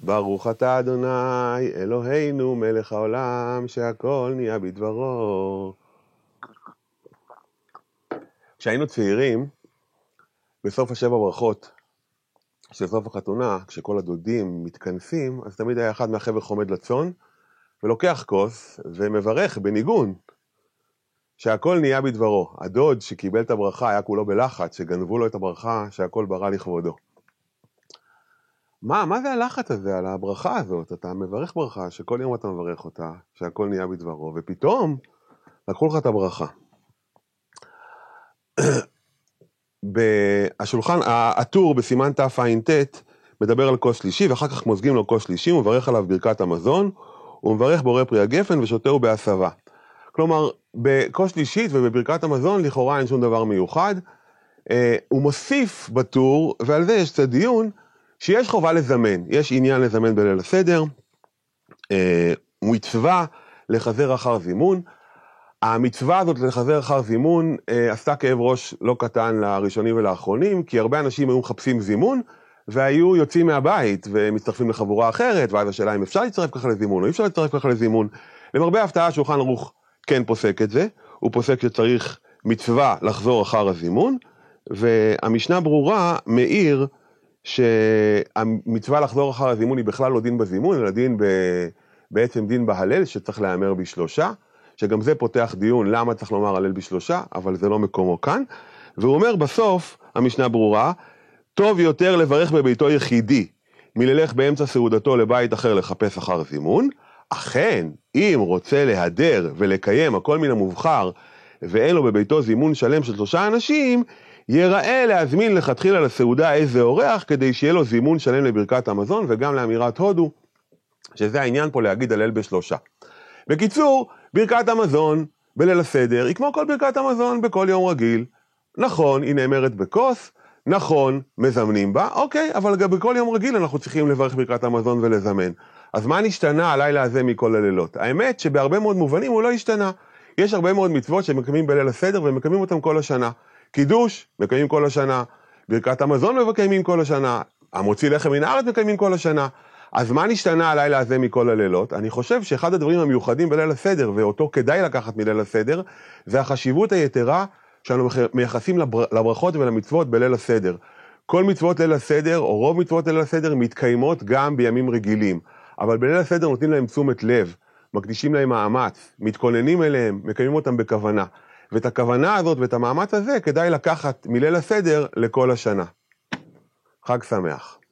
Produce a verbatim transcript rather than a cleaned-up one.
ברוך אתה אדוני אלוהינו מלך העולם שהכל נהיה בדברו. כשהיינו צעירים, בסוף השבע ברכות של סוף החתונה, כשכל הדודים מתכנסים, אז תמיד היה אחד מהחבר חומד לצון ולוקח כוס ומברך בניגון שהכל נהיה בדברו. הדוד שקיבל את הברכה היה כולו בלחץ, שגנבו לו את הברכה שהכל ברא לכבודו. מה, מה זה הלחץ הזה על הברכה הזאת? אתה מברך ברכה שכל יום אתה מברך אותה, שהכל נהיה בדברו, ופתאום לקחו לך את הברכה. השולחן, הטור בסימן תע"ט מדבר על כוס שלישי, ואחר כך מוזגים לו כוס שלישי, הוא מברך עליו ברכת המזון, הוא מברך בורא פרי הגפן ושותהו בהסבה. כלומר, בכוס שלישית ובברכת המזון לכאורה אין שום דבר מיוחד. הוא מוסיף בטור, ועל זה יש קצת דיון, שיש חובה לזמן, יש עניין לזמן בליל הסדר, מצווה לחזר אחר זימון. המצווה הזאת לחזר אחר זימון עשתה כאב ראש לא קטן לראשונים ולאחרונים, כי הרבה אנשים היו מחפשים זימון, והיו יוצאים מהבית ומצטרפים לחבורה אחרת, ואז השאלה אם אפשר להצטרף ככה לזימון, או אי אפשר להצטרף ככה לזימון. למרבה ההפתעה, שולחן ערוך כן פוסק את זה, הוא פוסק שצריך מצווה לחזור אחר הזימון, והמשנה ברורה מאיר שהמצווה לחזור אחר הזימון היא בכלל לא דין בזימון, אלא דין ב... בעצם דין בהלל שצריך להיאמר בשלושה, שגם זה פותח דיון למה צריך לומר הלל בשלושה, אבל זה לא מקומו כאן. והוא אומר בסוף, המשנה ברורה, טוב יותר לברך בביתו יחידי, מללך באמצע סעודתו לבית אחר לחפש אחר זימון. אכן, אם רוצה להדר ולקיים הכל מן המובחר, ואין לו בביתו זימון שלם של שלושה אנשים, יראה להזמין לכתחילה לסעודה איזה אורח, כדי שיהיה לו זימון שלם לברכת המזון, וגם לאמירת הודו, שזה העניין פה להגיד הלל בשלושה. בקיצור, ברכת המזון בליל הסדר היא כמו כל ברכת המזון בכל יום רגיל. נכון, היא נאמרת בכוס, נכון, מזמנים בה, אוקיי, אבל גם בכל יום רגיל אנחנו צריכים לברך ברכת המזון ולזמן. אז מה נשתנה הלילה הזה מכל הלילות? האמת שבהרבה מאוד מובנים הוא לא השתנה. יש הרבה מאוד מצוות שמקיימים בליל הסדר ומקיימים אותם כל השנה. קידוש מקיימים כל השנה, ברכת המזון מקיימים כל השנה, המוציא לחם מן הארץ מקיימים כל השנה. אז מה נשתנה הלילה הזה מכל הלילות? אני חושב שאחד הדברים המיוחדים בליל הסדר, ואותו כדאי לקחת מליל הסדר, זה החשיבות היתרה שאנו מייחסים לברכות ולמצוות בליל הסדר. כל מצוות ליל הסדר, או רוב מצוות ליל הסדר, מתקיימות גם בימים רגילים. אבל בליל הסדר נותנים להם תשומת לב, מקדישים להם מאמץ, מתכוננים אליהם, מקיימים אותם בכוונה. ואת הכוונה הזאת ואת המאמץ הזה כדאי לקחת מליל הסדר לכל השנה. חג שמח.